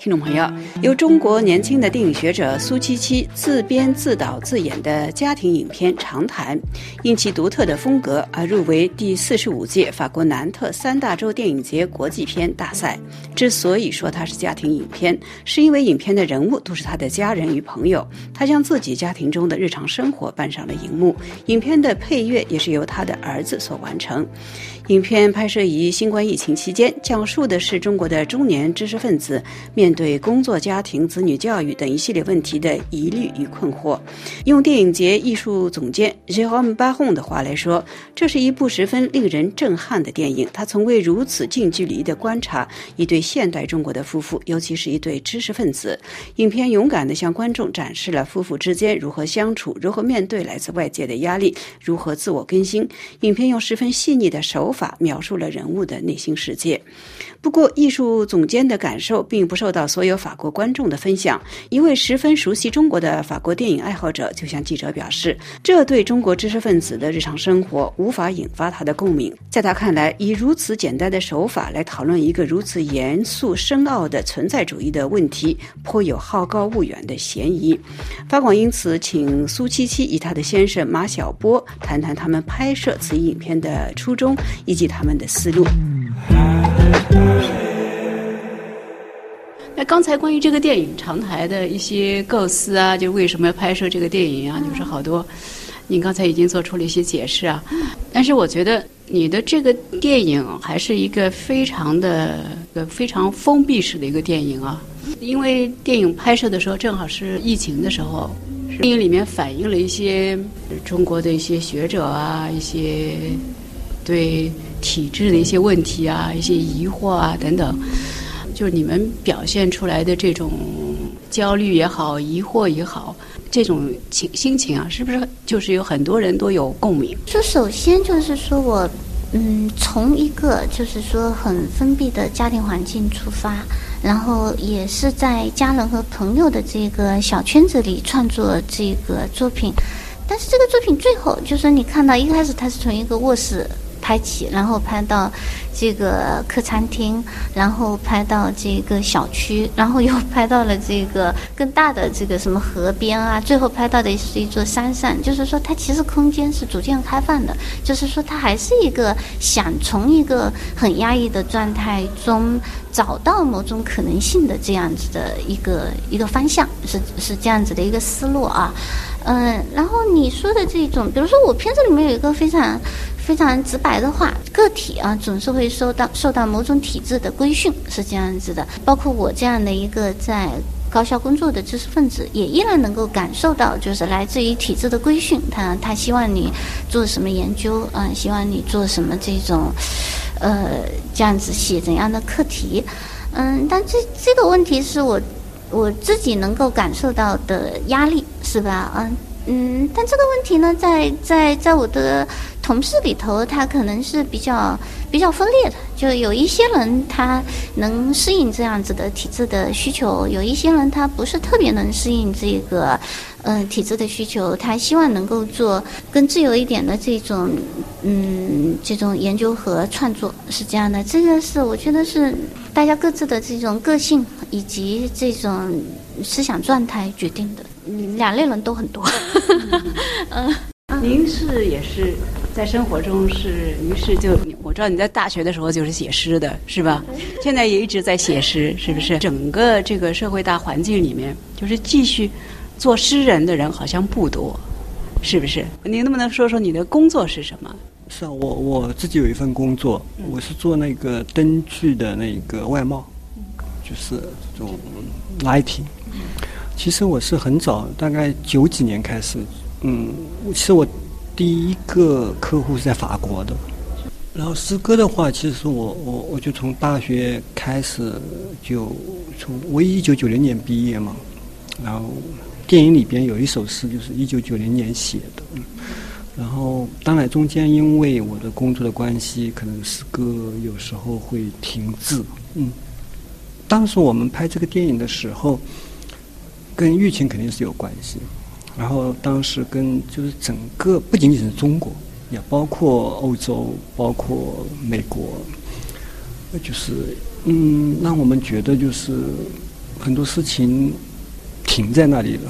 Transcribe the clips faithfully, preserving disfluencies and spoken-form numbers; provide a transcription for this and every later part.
听众朋友，由中国年轻的电影学者苏七七自编自导自演的家庭影片《长谈》，因其独特的风格而入围第四十五届法国南特三大洲电影节国际片大赛。之所以说它是家庭影片，是因为影片的人物都是他的家人与朋友，他将自己家庭中的日常生活搬上了荧幕。影片的配乐也是由他的儿子所完成。影片拍摄于新冠疫情期间，讲述的是中国的中年知识分子面对工作、家庭、子女教育等一系列问题的疑虑与困惑。用电影节艺术总监 Jérôme Baron 的话来说，这是一部十分令人震撼的电影。他从未如此近距离地观察一对现代中国的夫妇，尤其是一对知识分子。影片勇敢地向观众展示了夫妇之间如何相处，如何面对来自外界的压力，如何自我更新。影片用十分细腻的手法描述了人物的内心世界。不过艺术总监的感受并不受到所有法国观众的分享。一位十分熟悉中国的法国电影爱好者就向记者表示，这对中国知识分子的日常生活无法引发他的共鸣。在他看来，以如此简单的手法来讨论一个如此严肃深奥的存在主义的问题，颇有好高骛远的嫌疑。法广因此请苏七七与他的先生马晓波谈谈他们拍摄此影片的初衷以及他们的思路。那刚才关于这个电影长台的一些构思啊，就为什么要拍摄这个电影啊，就是好多您刚才已经做出了一些解释啊。但是我觉得你的这个电影还是一个非常的非常封闭式的一个电影啊，因为电影拍摄的时候正好是疫情的时候，电影里面反映了一些中国的一些学者啊，一些对体制的一些问题啊，一些疑惑啊等等，就是你们表现出来的这种焦虑也好，疑惑也好，这种情心情啊，是不是就是有很多人都有共鸣？ 就首先就是说我嗯，从一个就是说很封闭的家庭环境出发，然后也是在家人和朋友的这个小圈子里创作这个作品。但是这个作品最后就是你看到一开始它是从一个卧室拍起，然后拍到这个客餐厅，然后拍到这个小区，然后又拍到了这个更大的这个什么河边啊，最后拍到的是一座山上。就是说它其实空间是逐渐开放的，就是说它还是一个想从一个很压抑的状态中找到某种可能性的这样子的一个一个方向，是是这样子的一个思路啊。嗯，然后你说的这种，比如说我片子里面有一个非常非常直白的话，个体啊总是会受到受到某种体制的规训，是这样子的。包括我这样的一个在高校工作的知识分子，也依然能够感受到，就是来自于体制的规训。他他希望你做什么研究啊、呃，希望你做什么这种，呃，这样子写怎样的课题。嗯，但这这个问题是我我自己能够感受到的压力，是吧？嗯。嗯，但这个问题呢，在在在我的同事里头，他可能是比较比较分裂的。就有一些人他能适应这样子的体制的需求，有一些人他不是特别能适应这个嗯、呃、体制的需求，他希望能够做更自由一点的这种嗯这种研究和创作，是这样的。这个是我觉得是大家各自的这种个性以及这种思想状态决定的。嗯，两类人都很多。嗯， 您是也是在生活中是，您是就我知道你在大学的时候就是写诗的，是吧？现在也一直在写诗，是不是？整个这个社会大环境里面，就是继续做诗人的人好像不多，是不是？您能不能说说你的工作是什么？ 是啊，我我自己有一份工作，我是做那个灯具的那个外贸，就是这种 lighting。其实我是很早，大概九几年开始，嗯，其实我第一个客户是在法国的。然后诗歌的话，其实我我我就从大学开始就从我一九九零年毕业嘛，然后电影里边有一首诗就是一九九零年写的，嗯，然后当然中间因为我的工作的关系，可能诗歌有时候会停滞，嗯，当时我们拍这个电影的时候，跟疫情肯定是有关系，然后当时跟就是整个不仅仅是中国，也包括欧洲，包括美国，就是嗯，让我们觉得就是很多事情停在那里了，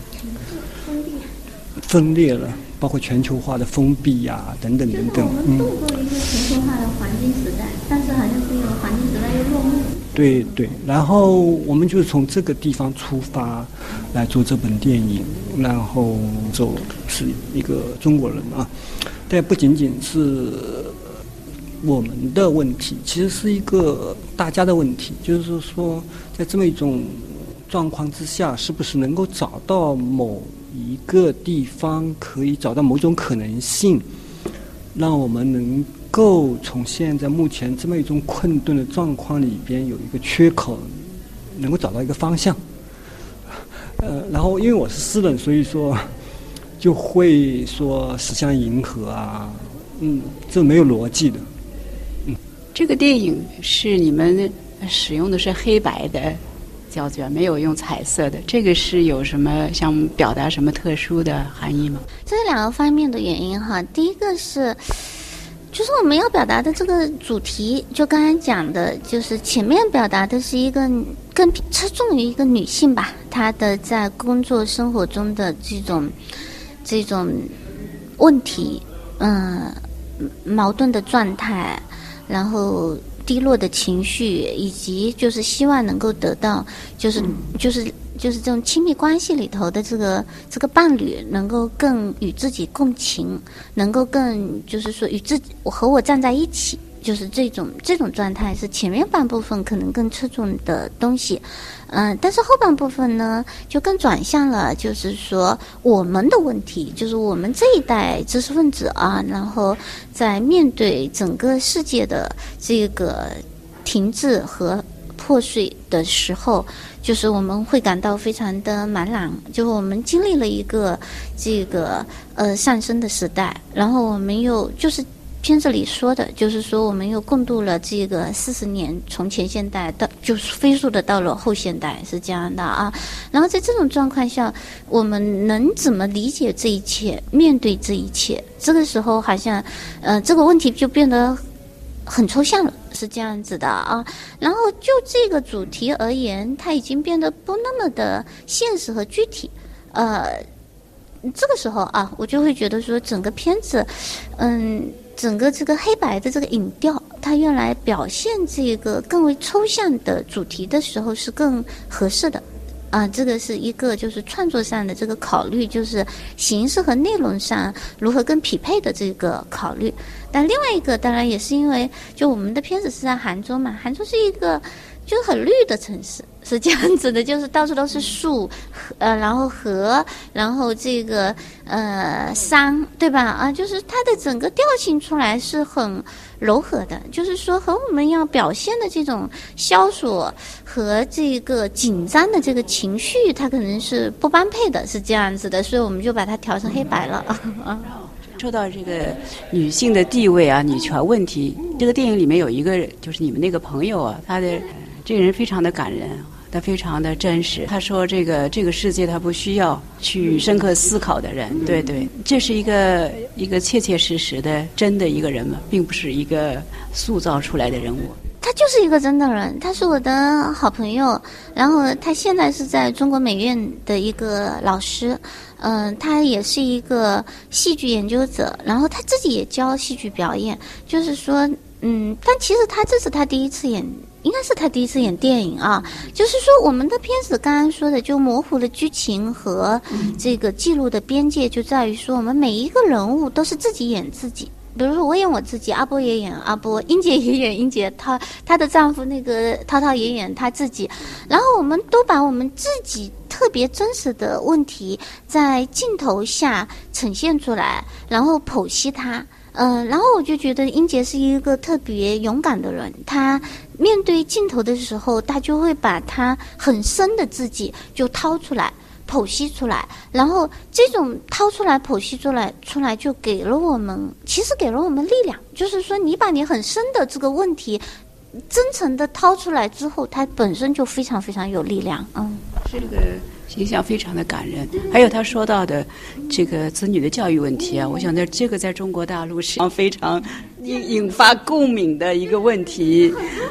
分裂了，包括全球化的封闭呀、啊、等等等等。 嗯，我们度过一个全球化的环境时代，但是好像这个环境时代又落幕。 对对，然后我们就是从这个地方出发来做这本电影，然后就是一个中国人啊，但不仅仅是我们的问题，其实是一个大家的问题，就是说在这么一种状况之下，是不是能够找到某一个地方可以找到某种可能性，让我们能够从现在目前这么一种困顿的状况里边有一个缺口，能够找到一个方向。呃，然后因为我是诗人，所以说就会说驶向银河啊，嗯，这没有逻辑的。嗯， 这个电影是你们使用的是黑白的胶卷，没有用彩色的，这个是有什么想表达什么特殊的含义吗？ 这是两个方面的原因哈。第一个是就是我们要表达的这个主题，就刚才讲的，就是前面表达的是一个更侧重于一个女性吧，她的在工作生活中的这种这种问题，嗯，矛盾的状态，然后低落的情绪，以及就是希望能够得到，就是就是就是这种亲密关系里头的这个这个伴侣能够更与自己共情，能够更就是说与自己和我站在一起，就是这种这种状态是前面半部分可能更侧重的东西，嗯、呃，但是后半部分呢就更转向了，就是说我们的问题，就是我们这一代知识分子啊，然后在面对整个世界的这个停滞和破碎的时候，就是我们会感到非常的茫然，就是我们经历了一个这个呃上升的时代，然后我们又就是片子里说的，就是说我们又共度了这个四十年，从前现代到就是飞速的到了后现代，是这样的啊。然后在这种状况下，我们能怎么理解这一切，面对这一切？这个时候好像，呃，这个问题就变得很抽象了，是这样子的啊。然后就这个主题而言，它已经变得不那么的现实和具体，呃，这个时候啊，我就会觉得说，整个片子，嗯。整个这个黑白的这个影调，它用来表现这个更为抽象的主题的时候是更合适的啊。这个是一个就是创作上的这个考虑，就是形式和内容上如何更匹配的这个考虑。但另外一个当然也是因为就我们的片子是在杭州嘛，杭州是一个就是很绿的城市，是这样子的，就是到处都是树，呃，然后河，然后这个呃山，对吧？啊，就是它的整个调性出来是很柔和的，就是说和我们要表现的这种萧索和这个紧张的这个情绪，它可能是不般配的，是这样子的，所以我们就把它调成黑白了啊。 说到这个女性的地位啊，女权问题，这个电影里面有一个就是你们那个朋友啊，他的这个人非常的感人，他非常的真实。他说这个这个世界他不需要去深刻思考的人，对对，这是一个一个切切实实的真的一个人嘛，并不是一个塑造出来的人物。 他就是一个真的人，他是我的好朋友，然后他现在是在中国美院的一个老师，嗯、呃，他也是一个戏剧研究者，然后他自己也教戏剧表演，就是说，嗯，但其实他这是他第一次演，应该是他第一次演电影啊，就是说我们的片子刚刚说的就模糊了剧情和这个记录的边界，就在于说我们每一个人物都是自己演自己。比如说我演我自己，阿波也演阿波，英姐也演英姐，她她的丈夫那个涛涛也演他自己，然后我们都把我们自己特别真实的问题在镜头下呈现出来，然后剖析它。嗯、呃，然后我就觉得英杰是一个特别勇敢的人，他面对镜头的时候，他就会把他很深的自己就掏出来。剖析出来，然后这种掏出来剖析出来出来就给了我们，其实给了我们力量，就是说你把你很深的这个问题真诚的掏出来之后，它本身就非常非常有力量。嗯， 这个形象非常的感人。还有他说到的这个子女的教育问题啊，我想在这个在中国大陆是非常引引发共鸣的一个问题。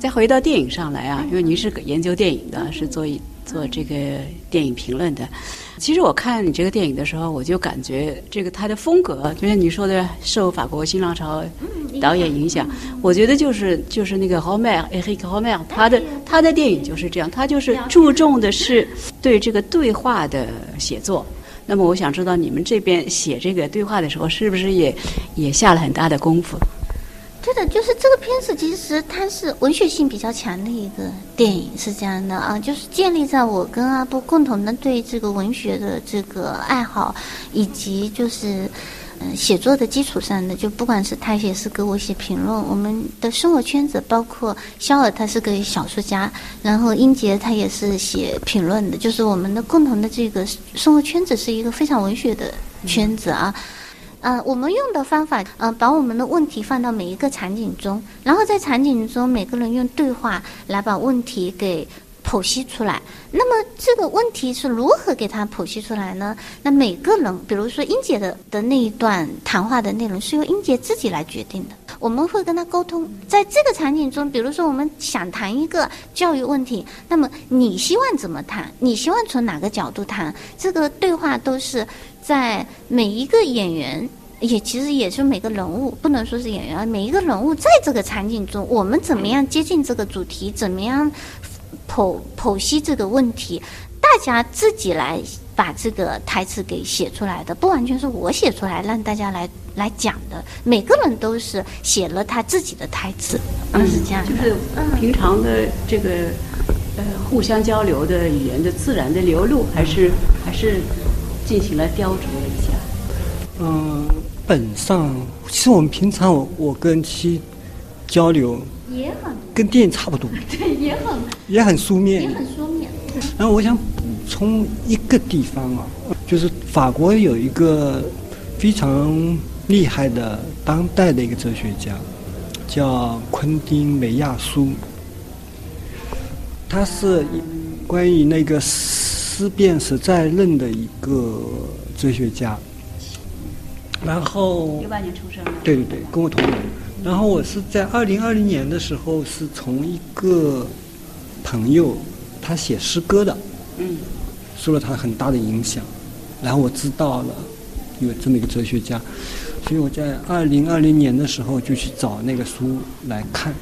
再回到电影上来啊，因为您是研究电影的，是做一做这个电影评论的。其实我看你这个电影的时候，我就感觉这个它的风格，就像你说的，受法国新浪潮导演影响，我觉得就是就是那个豪迈尔 Eric 豪迈尔，他的他的电影就是这样，他就是注重的是对这个对话的写作。那么我想知道你们这边写这个对话的时候，是不是也也下了很大的功夫？ 对的，就是这个片子其实它是文学性比较强的一个电影，是这样的啊，就是建立在我跟阿布共同的对这个文学的这个爱好，以及就是嗯写作的基础上的。就不管是他写诗歌，我写评论，我们的生活圈子，包括肖尔他是个小说家，然后英杰他也是写评论的，就是我们的共同的这个生活圈子是一个非常文学的圈子啊。呃，我们用的方法，呃，把我们的问题放到每一个场景中，然后在场景中每个人用对话来把问题给剖析出来。那么这个问题是如何给它剖析出来呢？那每个人，比如说英姐的的那一段谈话的内容是由英姐自己来决定的，我们会跟她沟通。在这个场景中，比如说我们想谈一个教育问题，那么你希望怎么谈？你希望从哪个角度谈？这个对话都是在每一个演员，也其实也是每个人物，不能说是演员，每一个人物在这个场景中，我们怎么样接近这个主题，怎么样剖剖析这个问题，大家自己来把这个台词给写出来的，不完全是我写出来让大家来来讲的，每个人都是写了他自己的台词，嗯，是这样的， 就是平常的这个呃互相交流的语言的自然的流露，还是还是进行了雕琢了一下。 嗯，本上其实我们平常我我跟妻交流也很跟电影差不多， 对，也很也很书面， 也很书面。 然后我想补充一个地方啊，就是法国有一个非常厉害的当代的一个哲学家，叫昆汀·梅亚苏，他是关于那个思辨实在论的一个哲学家。然后六八年出生的， 对对对，跟我同年。然后我是在二零二零年的时候，是从一个朋友，他写诗歌的， 嗯， 受了他很大的影响，然后我知道了有这么一个哲学家，所以我在二零二零年的时候就去找那个书来看。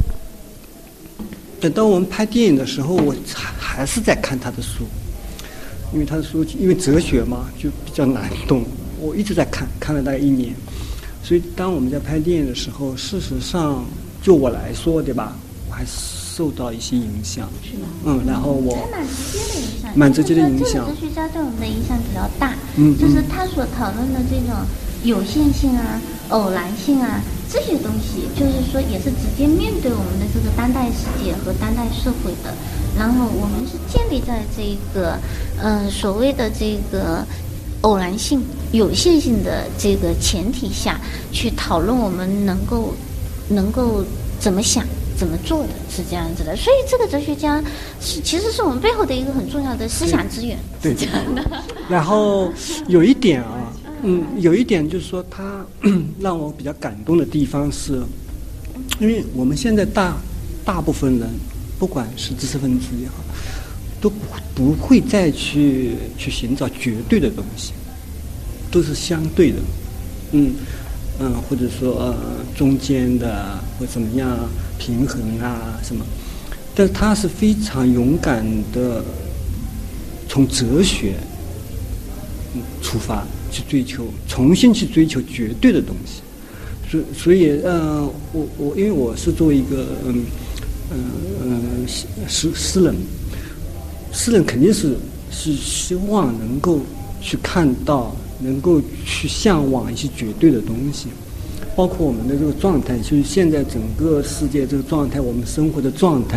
等到我们拍电影的时候，我还是在看他的书，因为他的书因为哲学嘛，就比较难懂。我一直在看，看了大概一年，所以当我们在拍电影的时候，事实上就我来说，对吧？我还受到一些影响， 是吗？ 嗯，然后我蛮直接的影响， 蛮直接的影响。 这个哲学家对我们的影响比较大， 嗯， 就是他所讨论的这种有限性啊、偶然性啊这些东西，就是说也是直接面对我们的这个当代世界和当代社会的。然后我们是建立在这个呃所谓的这个偶然性、有限性的这个前提下去讨论我们能够能够怎么想、怎么做的，是这样子的。所以这个哲学家是其实是我们背后的一个很重要的思想资源， 对， 是这样的。 然后有一点啊，嗯，有一点就是说他让我比较感动的地方是，因为我们现在大大部分人，不管是知识分子也好，都不不会再去去寻找绝对的东西，都是相对的，嗯嗯，或者说呃中间的或怎么样平衡啊什么，但是他是非常勇敢的从哲学嗯出发去追求，重新去追求绝对的东西，所以所以呃我我因为我是作为一个嗯嗯嗯诗诗人。诗人肯定是是希望能够去看到，能够去向往一些绝对的东西，包括我们的这个状态，就是现在整个世界这个状态，我们生活的状态，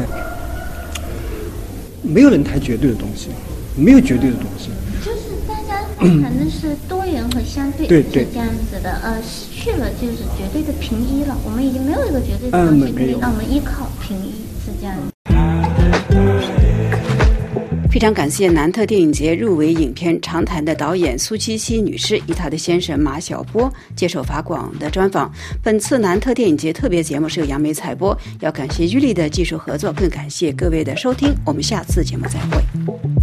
没有人谈绝对的东西，没有绝对的东西。 就是大家谈的是多元和相对， 对对， 是这样子的。呃，失去了就是绝对的平一了，我们已经没有一个绝对的东西可以让我们依靠平一，是这样的。 非常感谢南特电影节入围影片《长谈》的导演苏七七女士以她的先生马晓波接受法广的专访。本次南特电影节特别节目是由杨梅采播，要感谢玉丽的技术合作，更感谢各位的收听，我们下次节目再会。